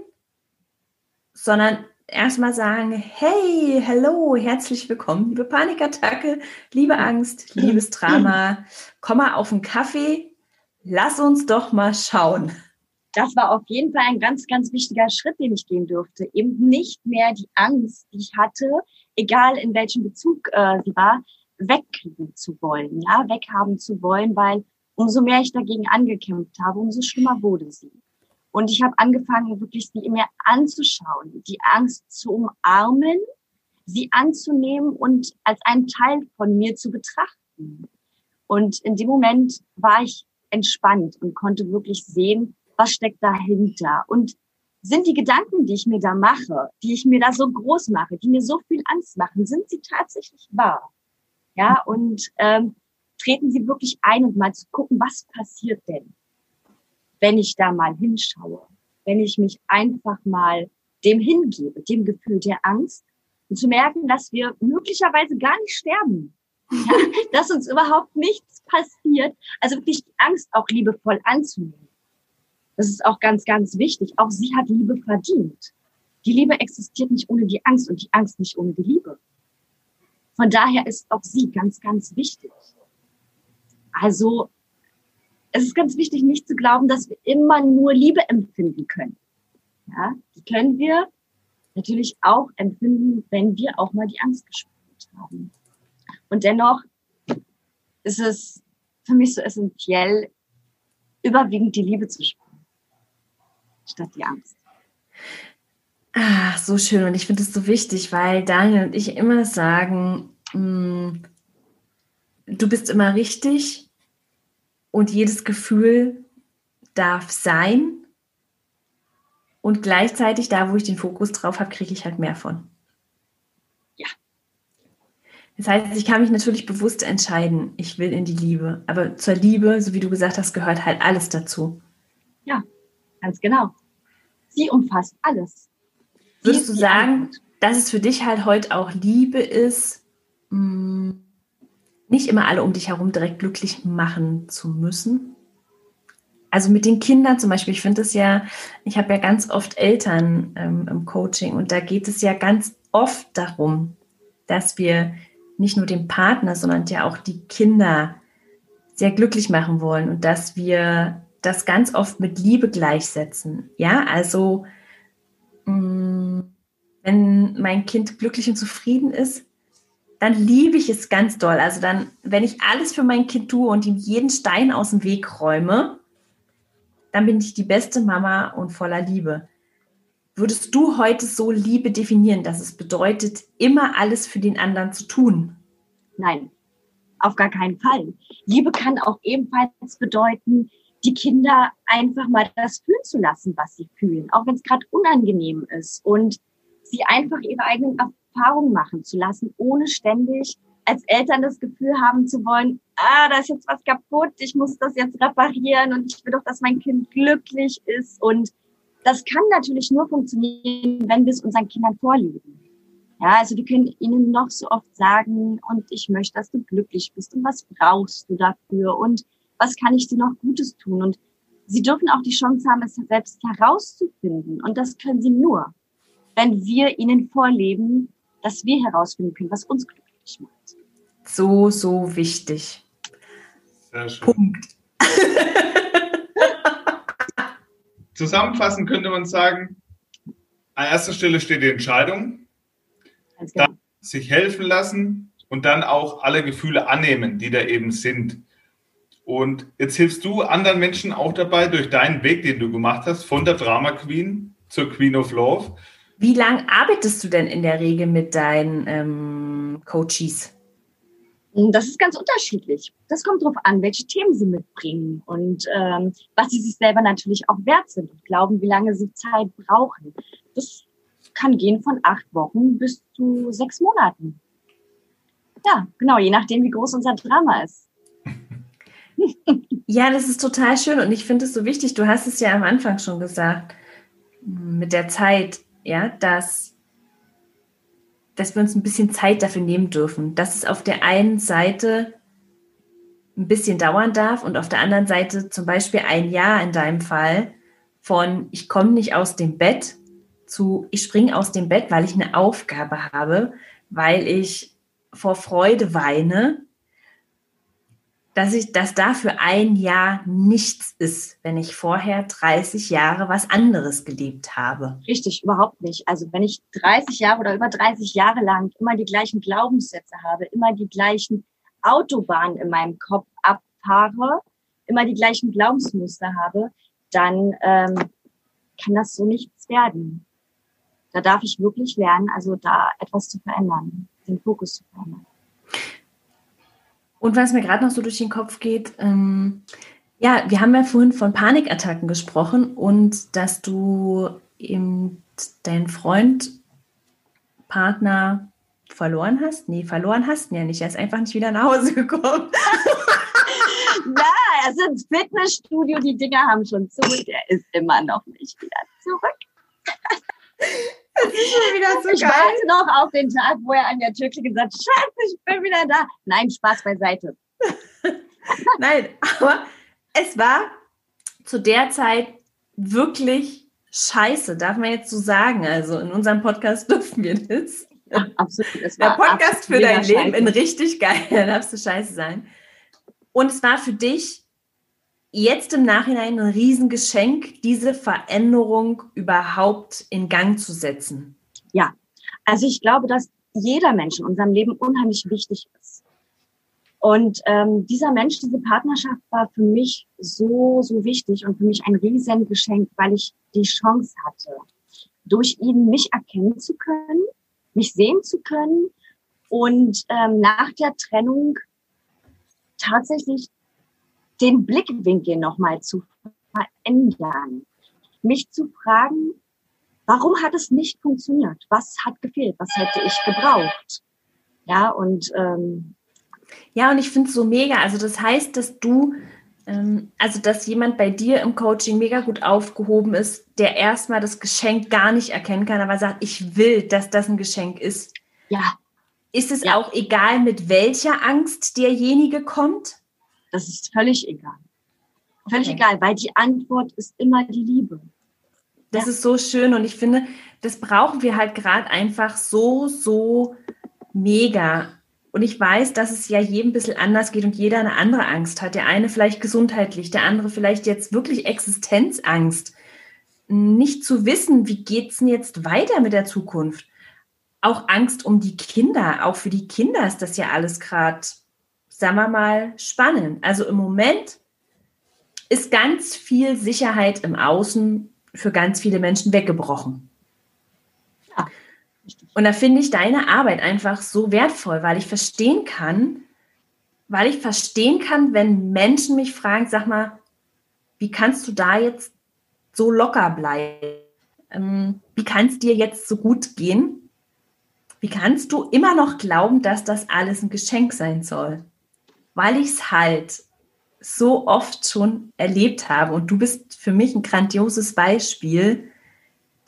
sondern erstmal sagen, hey, hallo, herzlich willkommen, liebe Panikattacke, liebe Angst, liebes Drama, komm mal auf einen Kaffee, lass uns doch mal schauen. Das war auf jeden Fall ein ganz, ganz wichtiger Schritt, den ich gehen durfte. Eben nicht mehr die Angst, die ich hatte, egal in welchem Bezug äh, sie war, wegkriegen zu wollen, ja, weghaben zu wollen, weil umso mehr ich dagegen angekämpft habe, umso schlimmer wurde sie. Und ich habe angefangen, wirklich sie mir anzuschauen, die Angst zu umarmen, sie anzunehmen und als einen Teil von mir zu betrachten. Und in dem Moment war ich entspannt und konnte wirklich sehen, was steckt dahinter. Und sind die Gedanken, die ich mir da mache, die ich mir da so groß mache, die mir so viel Angst machen, sind sie tatsächlich wahr? Ja, und ähm, treten sie wirklich ein und mal zu gucken, was passiert denn, wenn ich da mal hinschaue, wenn ich mich einfach mal dem hingebe, dem Gefühl der Angst und zu merken, dass wir möglicherweise gar nicht sterben, ja, dass uns überhaupt nichts passiert, also wirklich die Angst auch liebevoll anzunehmen. Das ist auch ganz, ganz wichtig. Auch sie hat Liebe verdient. Die Liebe existiert nicht ohne die Angst und die Angst nicht ohne die Liebe. Von daher ist auch sie ganz, ganz wichtig. Also es ist ganz wichtig, nicht zu glauben, dass wir immer nur Liebe empfinden können. Ja, die können wir natürlich auch empfinden, wenn wir auch mal die Angst gespürt haben. Und dennoch ist es für mich so essentiell, überwiegend die Liebe zu spüren, statt die Angst. Ach, so schön. Und ich finde es so wichtig, weil Daniel und ich immer sagen, mh, du bist immer richtig und jedes Gefühl darf sein. Und gleichzeitig, da wo ich den Fokus drauf habe, kriege ich halt mehr von. Ja. Das heißt, ich kann mich natürlich bewusst entscheiden, ich will in die Liebe. Aber zur Liebe, so wie du gesagt hast, gehört halt alles dazu. Ja, ganz genau. Sie umfasst alles. Sie Würdest du sagen, Antwort. Dass es für dich halt heute auch Liebe ist, mh, nicht immer alle um dich herum direkt glücklich machen zu müssen? Also mit den Kindern zum Beispiel, ich finde es ja, ich habe ja ganz oft Eltern ähm, im Coaching und da geht es ja ganz oft darum, dass wir nicht nur den Partner, sondern ja auch die Kinder sehr glücklich machen wollen und dass wir das ganz oft mit Liebe gleichsetzen. Ja, also mh, wenn mein Kind glücklich und zufrieden ist, dann liebe ich es ganz doll. Also dann, wenn ich alles für mein Kind tue und ihm jeden Stein aus dem Weg räume, dann bin ich die beste Mama und voller Liebe. Würdest du heute so Liebe definieren, dass es bedeutet, immer alles für den anderen zu tun? Nein, auf gar keinen Fall. Liebe kann auch ebenfalls bedeuten, die Kinder einfach mal das fühlen zu lassen, was sie fühlen, auch wenn es gerade unangenehm ist und sie einfach ihre eigenen Erfahrungen machen zu lassen, ohne ständig als Eltern das Gefühl haben zu wollen, ah, da ist jetzt was kaputt, ich muss das jetzt reparieren und ich will doch, dass mein Kind glücklich ist. Und das kann natürlich nur funktionieren, wenn wir es unseren Kindern vorleben. Ja, also wir können ihnen noch so oft sagen, und ich möchte, dass du glücklich bist und was brauchst du dafür und was kann ich dir noch Gutes tun? Und sie dürfen auch die Chance haben, es selbst herauszufinden. Und das können sie nur, wenn wir ihnen vorleben, dass wir herausfinden können, was uns glücklich macht. So, so wichtig. Sehr schön. Punkt. Zusammenfassend könnte man sagen, an erster Stelle steht die Entscheidung, Ganz genau. dann sich helfen lassen und dann auch alle Gefühle annehmen, die da eben sind. Und jetzt hilfst du anderen Menschen auch dabei, durch deinen Weg, den du gemacht hast, von der Drama Queen zur Queen of Love. Wie lange arbeitest du denn in der Regel mit deinen ähm, Coaches? Das ist ganz unterschiedlich. Das kommt darauf an, welche Themen sie mitbringen und ähm, was sie sich selber natürlich auch wert sind und glauben, wie lange sie Zeit brauchen. Das kann gehen von acht Wochen bis zu sechs Monaten. Ja, genau, je nachdem, wie groß unser Drama ist. Ja, das ist total schön und ich finde es so wichtig. Du hast es ja am Anfang schon gesagt, mit der Zeit, ja, dass, dass wir uns ein bisschen Zeit dafür nehmen dürfen. Dass es auf der einen Seite ein bisschen dauern darf und auf der anderen Seite zum Beispiel ein Jahr in deinem Fall von ich komme nicht aus dem Bett zu ich springe aus dem Bett, weil ich eine Aufgabe habe, weil ich vor Freude weine, dass ich, dass da für ein Jahr nichts ist, wenn ich vorher dreißig Jahre was anderes gelebt habe. Richtig, überhaupt nicht. Also wenn ich dreißig Jahre oder über dreißig Jahre lang immer die gleichen Glaubenssätze habe, immer die gleichen Autobahnen in meinem Kopf abfahre, immer die gleichen Glaubensmuster habe, dann ähm, kann das so nichts werden. Da darf ich wirklich lernen, also da etwas zu verändern, den Fokus zu verändern. Und was mir gerade noch so durch den Kopf geht, ähm, ja, wir haben ja vorhin von Panikattacken gesprochen und dass du eben deinen Freund, Partner verloren hast. Nee, verloren hast du ja nicht. Er ist einfach nicht wieder nach Hause gekommen. Na, er ist ins Fitnessstudio, die Dinger haben schon zu und er ist immer noch nicht wieder zurück. Das ist schon wieder so ich geil. warte noch auf den Tag, wo er an der Tür klingelt und sagt, Schatz, ich bin wieder da. Nein, Spaß beiseite. Nein, aber es war zu der Zeit wirklich scheiße, darf man jetzt so sagen. Also in unserem Podcast dürfen wir das. Ja, absolut. Es Der war Podcast für mega dein Leben scheiße. in richtig geil, da darfst du scheiße sein. Und es war für dich jetzt im Nachhinein ein Riesengeschenk, diese Veränderung überhaupt in Gang zu setzen. Ja, also ich glaube, dass jeder Mensch in unserem Leben unheimlich wichtig ist. Und ähm, dieser Mensch, diese Partnerschaft war für mich so, so wichtig und für mich ein Riesengeschenk, weil ich die Chance hatte, durch ihn mich erkennen zu können, mich sehen zu können und ähm, nach der Trennung tatsächlich den Blickwinkel nochmal zu verändern. Mich zu fragen, warum hat es nicht funktioniert? Was hat gefehlt? Was hätte ich gebraucht? Ja, und ähm, Ja, und ich finde es so mega. Also das heißt, dass du, ähm, also dass jemand bei dir im Coaching mega gut aufgehoben ist, der erstmal das Geschenk gar nicht erkennen kann, aber sagt, ich will, dass das ein Geschenk ist. ja, Ist es Ja. auch egal, mit welcher Angst derjenige kommt? das ist völlig egal. Völlig Okay. egal, weil die Antwort ist immer die Liebe. Das Ja. ist so schön und ich finde, das brauchen wir halt gerade einfach so, so mega. Und ich weiß, dass es ja jedem ein bisschen anders geht und jeder eine andere Angst hat. Der eine vielleicht gesundheitlich, der andere vielleicht jetzt wirklich Existenzangst. Nicht zu wissen, wie geht es denn jetzt weiter mit der Zukunft? Auch Angst um die Kinder. Auch für die Kinder ist das ja alles gerade, sagen wir mal, spannend. Also im Moment ist ganz viel Sicherheit im Außen für ganz viele Menschen weggebrochen. Ja, richtig. Und da finde ich deine Arbeit einfach so wertvoll, weil ich verstehen kann, weil ich verstehen kann, wenn Menschen mich fragen, sag mal, wie kannst du da jetzt so locker bleiben? Ähm, wie kann es dir jetzt so gut gehen? Wie kannst du immer noch glauben, dass das alles ein Geschenk sein soll? Weil ich es halt so oft schon erlebt habe und du bist für mich ein grandioses Beispiel,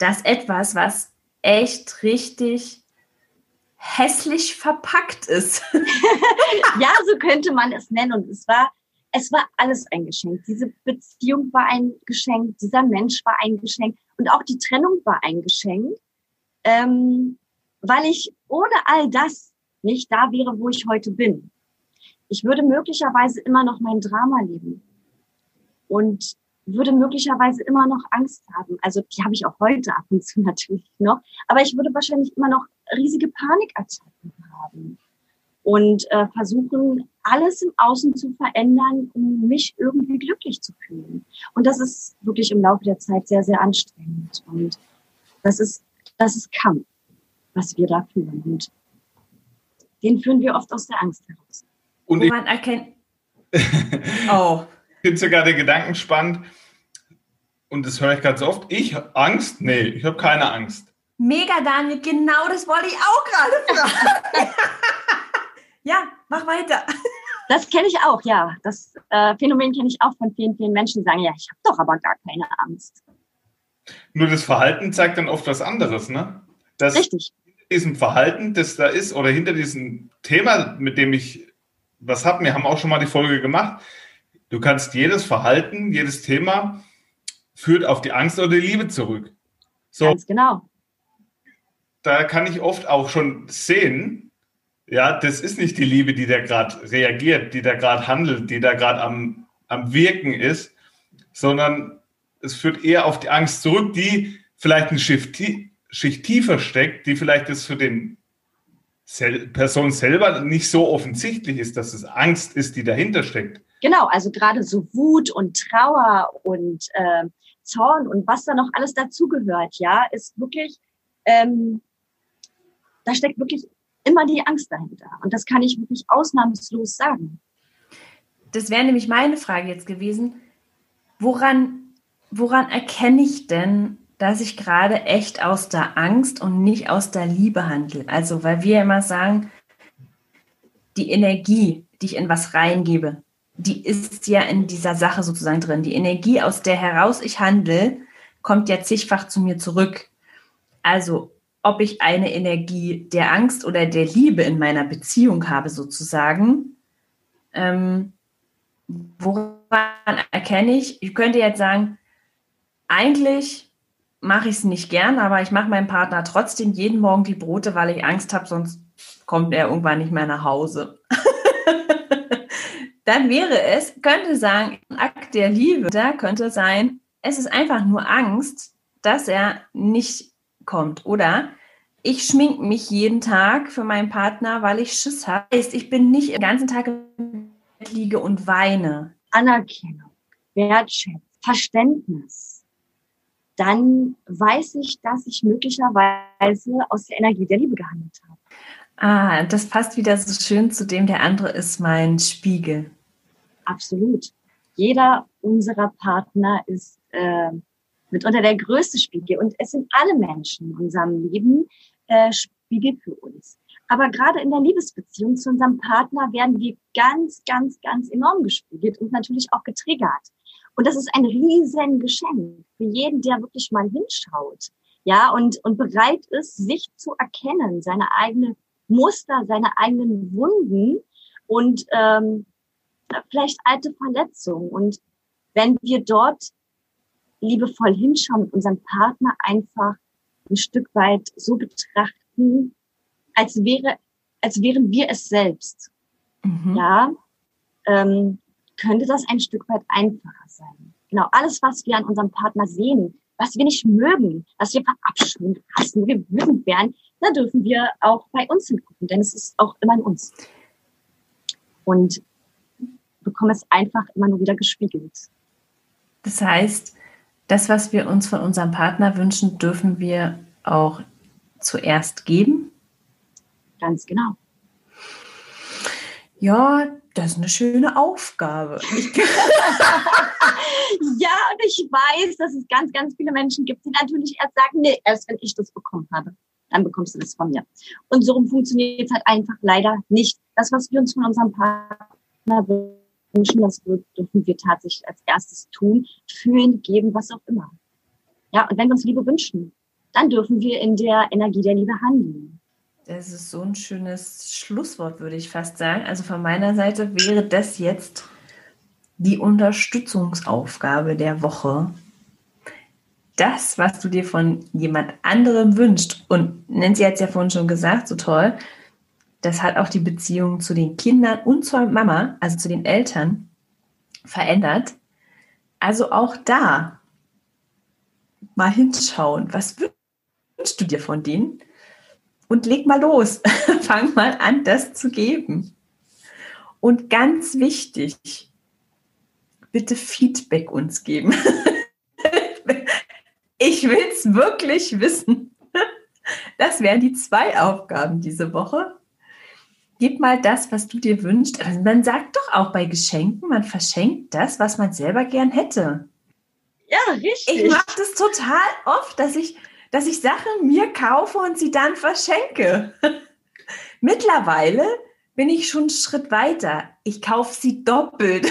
dass etwas, was echt richtig hässlich verpackt ist. Ja, so könnte man es nennen. Und es war, es war alles ein Geschenk. Diese Beziehung war ein Geschenk, dieser Mensch war ein Geschenk und auch die Trennung war ein Geschenk, ähm, weil ich ohne all das nicht da wäre, wo ich heute bin. Ich würde möglicherweise immer noch mein Drama leben und würde möglicherweise immer noch Angst haben. Also die habe ich auch heute ab und zu natürlich noch. Aber ich würde wahrscheinlich immer noch riesige Panikattacken haben und äh, versuchen, alles im Außen zu verändern, um mich irgendwie glücklich zu fühlen. Und das ist wirklich im Laufe der Zeit sehr, sehr anstrengend. Und das ist, das ist Kampf, was wir da führen. Und den führen wir oft aus der Angst heraus. Und Wo man erkennt. Oh. Ich finde sogar den Gedanken spannend, und das höre ich ganz oft, ich habe Angst? Nee, ich habe keine Angst. Mega, Daniel, genau das wollte ich auch gerade fragen. Ja, mach weiter. Das kenne ich auch, ja. Das äh, Phänomen kenne ich auch von vielen, vielen Menschen, die sagen, ja, ich habe doch aber gar keine Angst. Nur das Verhalten zeigt dann oft was anderes, ne? Das Richtig. Hinter diesem Verhalten, das da ist, oder hinter diesem Thema, mit dem ich was habe, wir haben auch schon mal die Folge gemacht, du kannst jedes Verhalten, jedes Thema führt auf die Angst oder die Liebe zurück. So, Ganz genau. da kann ich oft auch schon sehen, ja, das ist nicht die Liebe, die da gerade reagiert, die da gerade handelt, die da gerade am, am Wirken ist, sondern es führt eher auf die Angst zurück, die vielleicht eine Schicht, Schicht tiefer steckt, die vielleicht das für den Sel- Person selber nicht so offensichtlich ist, dass es Angst ist, die dahinter steckt. Genau, also gerade so Wut und Trauer und äh, Zorn und was da noch alles dazugehört, ja, ist wirklich, ähm, da steckt wirklich immer die Angst dahinter. Und das kann ich wirklich ausnahmslos sagen. Das wäre nämlich meine Frage jetzt gewesen. Woran, woran erkenne ich denn, dass ich gerade echt aus der Angst und nicht aus der Liebe handle? Also, weil wir immer sagen, die Energie, die ich in was reingebe, die ist ja in dieser Sache sozusagen drin. Die Energie, aus der heraus ich handle, kommt ja zigfach zu mir zurück. Also, ob ich eine Energie der Angst oder der Liebe in meiner Beziehung habe sozusagen, ähm, woran erkenne ich? Ich könnte jetzt sagen, eigentlich mache ich es nicht gern, aber ich mache meinem Partner trotzdem jeden Morgen die Brote, weil ich Angst habe, sonst kommt er irgendwann nicht mehr nach Hause. Dann wäre es, könnte sagen, ein Akt der Liebe, da könnte sein, es ist einfach nur Angst, dass er nicht kommt. Oder ich schminke mich jeden Tag für meinen Partner, weil ich Schiss habe. Ich bin nicht den ganzen Tag im Bett liege und weine. Anerkennung, Wertschätzung, Verständnis. Dann weiß ich, dass ich möglicherweise aus der Energie der Liebe gehandelt habe. Ah, das passt wieder so schön zu dem, der andere ist mein Spiegel. Absolut. Jeder unserer Partner ist äh, mitunter der größte Spiegel. Und es sind alle Menschen in unserem Leben äh, Spiegel für uns. Aber gerade in der Liebesbeziehung zu unserem Partner werden wir ganz, ganz, ganz enorm gespiegelt und natürlich auch getriggert. Und das ist ein riesen Geschenk für jeden, der wirklich mal hinschaut, ja, und, und bereit ist, sich zu erkennen, seine eigene Muster, seine eigenen Wunden und ähm, vielleicht alte Verletzungen. Und wenn wir dort liebevoll hinschauen und unseren Partner einfach ein Stück weit so betrachten, als wäre, als wären wir es selbst, mhm. ja, ähm, könnte das ein Stück weit einfacher sein. Genau, alles, was wir an unserem Partner sehen, was wir nicht mögen, was wir verabscheuen, hassen, wir wütend werden, da dürfen wir auch bei uns hingucken, denn es ist auch immer in uns. Und bekommen es einfach immer nur wieder gespiegelt. Das heißt, das, was wir uns von unserem Partner wünschen, dürfen wir auch zuerst geben? Ganz genau. Ja, das ist eine schöne Aufgabe. Ja, und ich weiß, dass es ganz, ganz viele Menschen gibt, die natürlich erst sagen, nee, erst wenn ich das bekommen habe, dann bekommst du das von mir. Und so funktioniert es halt einfach leider nicht. Das, was wir uns von unserem Partner wünschen, das dürfen wir tatsächlich als erstes tun, fühlen, geben, was auch immer. Ja, und wenn wir uns Liebe wünschen, dann dürfen wir in der Energie der Liebe handeln. Das ist so ein schönes Schlusswort, würde ich fast sagen. Also von meiner Seite wäre das jetzt die Unterstützungsaufgabe der Woche. Das, was du dir von jemand anderem wünschst, und Nancy hat es ja vorhin schon gesagt, so toll, das hat auch die Beziehung zu den Kindern und zur Mama, also zu den Eltern, verändert. Also auch da mal hinschauen, was wünschst du dir von denen? Und leg mal los, fang mal an, das zu geben. Und ganz wichtig, bitte Feedback uns geben. Ich will es wirklich wissen. Das wären die zwei Aufgaben diese Woche. Gib mal das, was du dir wünschst. Also man sagt doch auch bei Geschenken, man verschenkt das, was man selber gern hätte. Ja, richtig. Ich mache das total oft, dass ich, dass ich Sachen mir kaufe und sie dann verschenke. Mittlerweile bin ich schon einen Schritt weiter. Ich kaufe sie doppelt.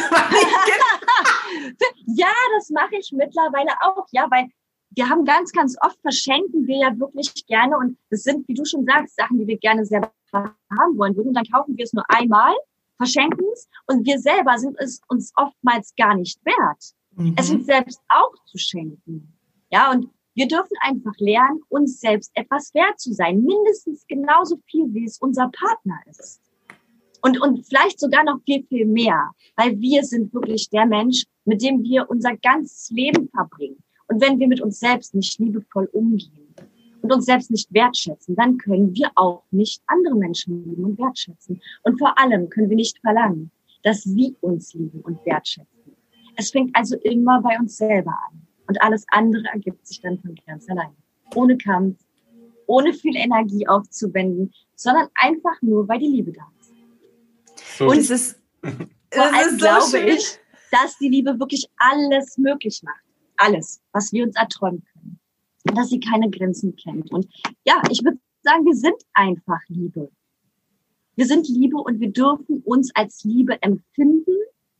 Ja, das mache ich mittlerweile auch. Ja, weil wir haben ganz, ganz oft verschenken wir ja wirklich gerne. Und das sind, wie du schon sagst, Sachen, die wir gerne selber haben wollen würden. Und dann kaufen wir es nur einmal, verschenken es. Und wir selber sind es uns oftmals gar nicht wert, mhm. es uns selbst auch zu schenken. Ja, und wir dürfen einfach lernen, uns selbst etwas wert zu sein. Mindestens genauso viel, wie es unser Partner ist. Und, und vielleicht sogar noch viel, viel mehr. Weil wir sind wirklich der Mensch, mit dem wir unser ganzes Leben verbringen. Und wenn wir mit uns selbst nicht liebevoll umgehen und uns selbst nicht wertschätzen, dann können wir auch nicht andere Menschen lieben und wertschätzen. Und vor allem können wir nicht verlangen, dass sie uns lieben und wertschätzen. Es fängt also immer bei uns selber an. Und alles andere ergibt sich dann von ganz allein. Ohne Kampf, ohne viel Energie aufzuwenden, sondern einfach nur, weil die Liebe da ist. So. Und es ist, vor allem so glaube schön. ich, dass die Liebe wirklich alles möglich macht. Alles, was wir uns erträumen können. Und dass sie keine Grenzen kennt. Und ja, ich würde sagen, wir sind einfach Liebe. Wir sind Liebe und wir dürfen uns als Liebe empfinden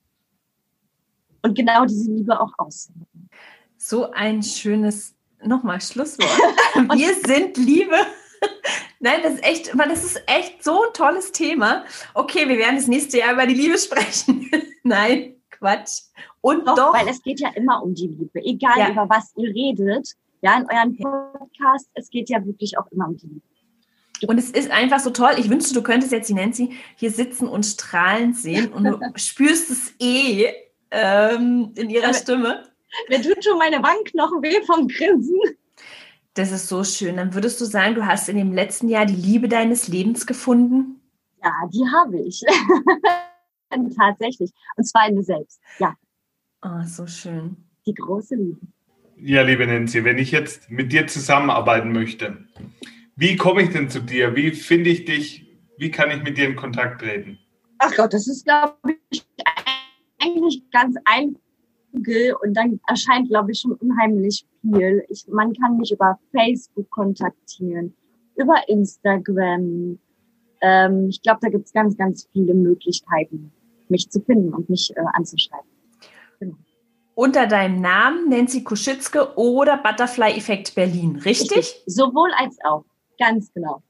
und genau diese Liebe auch aussenden. So ein schönes, nochmal Schlusswort. Wir sind Liebe. Nein, das ist echt, das ist echt so ein tolles Thema. Okay, wir werden das nächste Jahr über die Liebe sprechen. Nein, Quatsch. Und doch, doch, weil es geht ja immer um die Liebe. Egal, ja. über was ihr redet, ja, in eurem Podcast, es geht ja wirklich auch immer um die Liebe. Und es ist einfach so toll. Ich wünschte, du könntest jetzt die Nancy hier sitzen und strahlend sehen und du spürst es eh ähm, in ihrer Aber Stimme. Mir tut schon meine Wangenknochen weh vom Grinsen. Das ist so schön. Dann würdest du sagen, du hast in dem letzten Jahr die Liebe deines Lebens gefunden? Ja, die habe ich. Tatsächlich. Und zwar in mir selbst. Ja. Oh, so schön. Die große Liebe. Ja, liebe Nancy, wenn ich jetzt mit dir zusammenarbeiten möchte, wie komme ich denn zu dir? Wie finde ich dich? Wie kann ich mit dir in Kontakt treten? Ach Gott, das ist, glaube ich, eigentlich ganz einfach. Und dann erscheint, glaube ich, schon unheimlich viel. Ich, man kann mich über Facebook kontaktieren, über Instagram. Ähm, ich glaube, da gibt es ganz, ganz viele Möglichkeiten, mich zu finden und mich äh, anzuschreiben. Genau. Unter deinem Namen Nancy Koschitzke oder Butterfly Effekt Berlin, richtig? richtig? Sowohl als auch, ganz genau.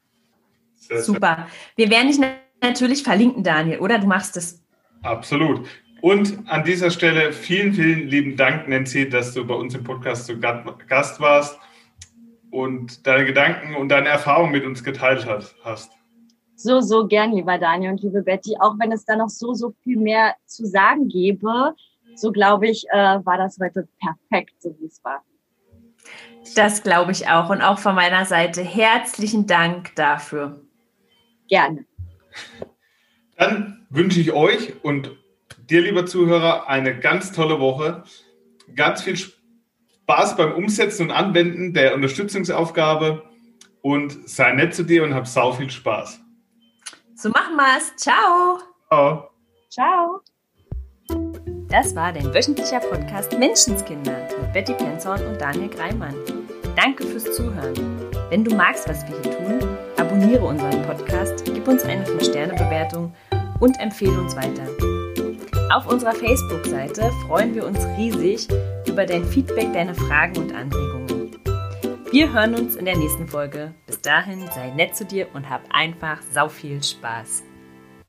Super. Wir werden dich natürlich verlinken, Daniel, oder? Du machst es. Absolut. Und an dieser Stelle vielen, vielen lieben Dank, Nancy, dass du bei uns im Podcast zu Gast warst und deine Gedanken und deine Erfahrungen mit uns geteilt hast. So, so gern, lieber Daniel und liebe Betty. Auch wenn es da noch so, so viel mehr zu sagen gäbe, so glaube ich, äh, war das heute perfekt, so wie es war. Das glaube ich auch. Und auch von meiner Seite herzlichen Dank dafür. Gerne. Dann wünsche ich euch und dir, lieber Zuhörer, eine ganz tolle Woche. Ganz viel Spaß beim Umsetzen und Anwenden der Unterstützungsaufgabe und sei nett zu dir und hab sau viel Spaß. So machen wir's. Ciao. Ciao. Ciao. Das war dein wöchentlicher Podcast Menschenskinder mit Betty Penzorn und Daniel Greimann. Danke fürs Zuhören. Wenn du magst, was wir hier tun, abonniere unseren Podcast, gib uns eine fünf Sterne Bewertung und empfehle uns weiter. Auf unserer Facebook-Seite freuen wir uns riesig über dein Feedback, deine Fragen und Anregungen. Wir hören uns in der nächsten Folge. Bis dahin, sei nett zu dir und hab einfach sau viel Spaß.